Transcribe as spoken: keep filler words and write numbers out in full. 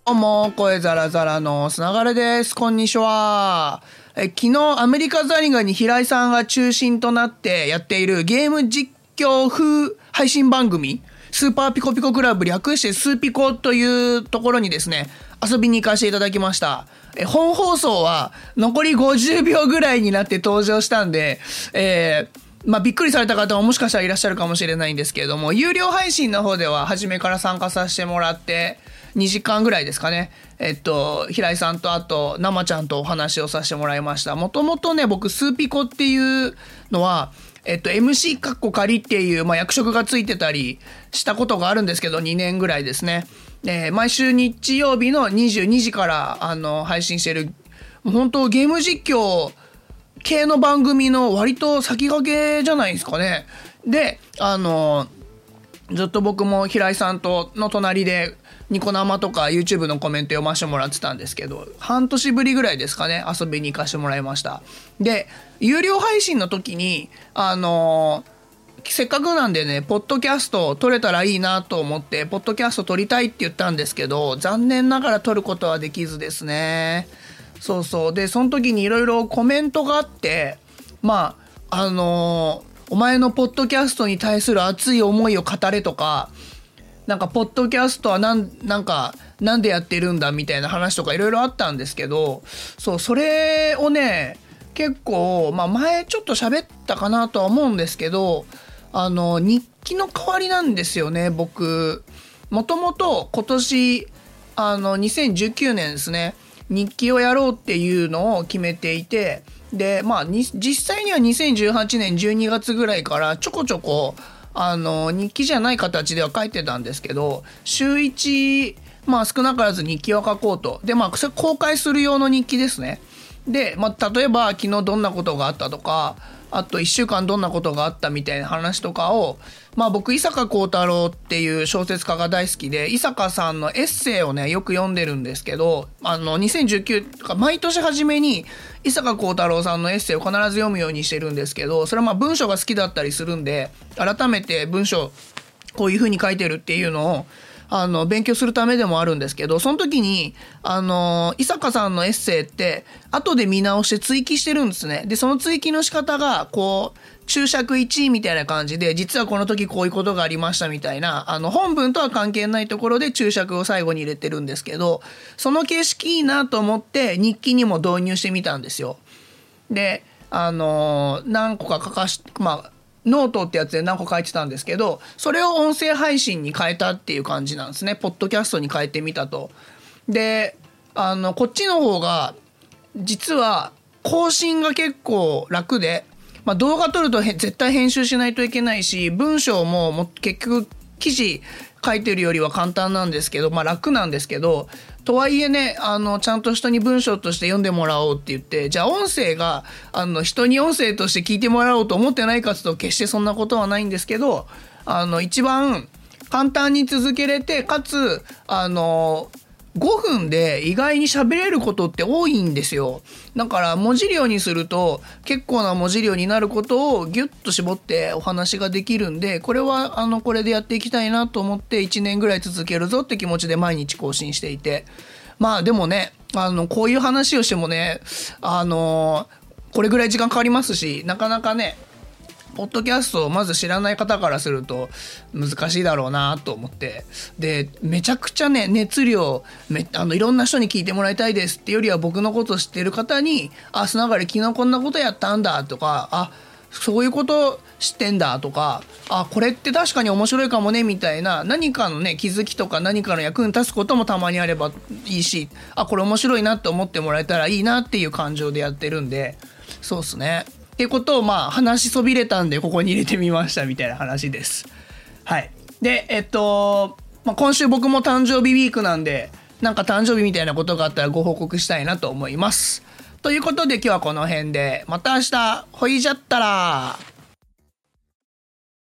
どうも、声ザラザラのつながれです。こんにちは。え昨日、アメリカザリガニ平井さんが中心となってやっているゲーム実況風配信番組、スーパーピコピコクラブ略してスーピコというところにですね、遊びに行かせていただきました。え本放送は残りごじゅうびょうぐらいになって登場したんで、えーまあ、びっくりされた方ももしかしたらいらっしゃるかもしれないんですけれども、有料配信の方では初めから参加させてもらってにじかんぐらいですかね、えっと平井さんとあと生ちゃんとお話をさせてもらいました。もともとね、僕スーピコっていうのはえっと エムシー かっこ仮っていう、まあ、役職がついてたりしたことがあるんですけど、にねんぐらいですね。えー、毎週日曜日のにじゅうにじからあの配信してる本当ゲーム実況系の番組の割と先駆けじゃないですかね。で、あのずっと僕も平井さんとの隣でニコ生とか YouTube のコメント読ませてもらってたんですけど、半年ぶりぐらいですかね、遊びに行かせてもらいました。で、有料配信の時にあのせっかくなんでね、ポッドキャスト撮れたらいいなと思ってポッドキャスト撮りたいって言ったんですけど、残念ながら撮ることはできずですね。そうそうで、その時にいろいろコメントがあって、まああのー、お前のポッドキャストに対する熱い思いを語れとか、なんかポッドキャストはなんなんかなんでやってるんだみたいな話とかいろいろあったんですけど、そうそれをね結構、まあ、前ちょっと喋ったかなとは思うんですけど、あの日記の代わりなんですよね。僕もともと今年あのにせんじゅうきゅうねんですね、日記をやろうっていうのを決めていて、でまあに実際にはにせんじゅうはちねんじゅうにがつぐらいからちょこちょこあの日記じゃない形では書いてたんですけど、週いちまあ少なからず日記を書こうと。でまあそれ公開する用の日記ですね。で、まあ、例えば昨日どんなことがあったとか、あといっしゅうかんどんなことがあったみたいな話とかを、まあ僕伊坂幸太郎っていう小説家が大好きで、伊坂さんのエッセイをねよく読んでるんですけど、あのにせんじゅうきゅう毎年初めに伊坂幸太郎さんのエッセイを必ず読むようにしてるんですけど、それはまあ文章が好きだったりするんで、改めて文章こういう風に書いてるっていうのをあの勉強するためでもあるんですけど、その時にあの伊坂さんのエッセイって後で見直して追記してるんですね。でその追記の仕方がこう注釈いちみたいな感じで、実はこの時こういうことがありましたみたいな、あの本文とは関係ないところで注釈を最後に入れてるんですけど、その形式いいなと思って日記にも導入してみたんですよ。であの何個か書かしまあノートってやつで何個書いてたんですけど、それを音声配信に変えたっていう感じなんですね。ポッドキャストに変えてみたと。であのこっちの方が実は更新が結構楽で、まあ、動画撮ると絶対編集しないといけないし、文章もも結局記事書いてるよりは簡単なんですけど、まあ楽なんですけど、とはいえね、あのちゃんと人に文章として読んでもらおうって言って、じゃあ音声があの人に音声として聞いてもらおうと思ってないかというと決してそんなことはないんですけど、あの一番簡単に続けれて、かつあのごふんで意外に喋れることって多いんですよ。だから文字量にすると結構な文字量になることをギュッと絞ってお話ができるんで、これはあのこれでやっていきたいなと思っていちねんぐらい続けるぞって気持ちで毎日更新していて、まあでもね、あのこういう話をしてもね、あのこれぐらい時間かかりますし、なかなかねポッドキャストをまず知らない方からすると難しいだろうなと思って、でめちゃくちゃね熱量めあのいろんな人に聞いてもらいたいですってよりは、僕のことを知ってる方にあ砂がり昨日こんなことやったんだとか、あそういうこと知ってんだとか、あこれって確かに面白いかもねみたいな何かのね気づきとか何かの役に立つこともたまにあればいいし、あこれ面白いなって思ってもらえたらいいなっていう感情でやってるんで、そうっすねっていうことをまあ話しそびれたんでここに入れてみましたみたいな話です。はい。でえっと、まあ、今週僕も誕生日ウィークなんで、なんか誕生日みたいなことがあったらご報告したいなと思います。ということで今日はこの辺で、また明日ほいじゃったら。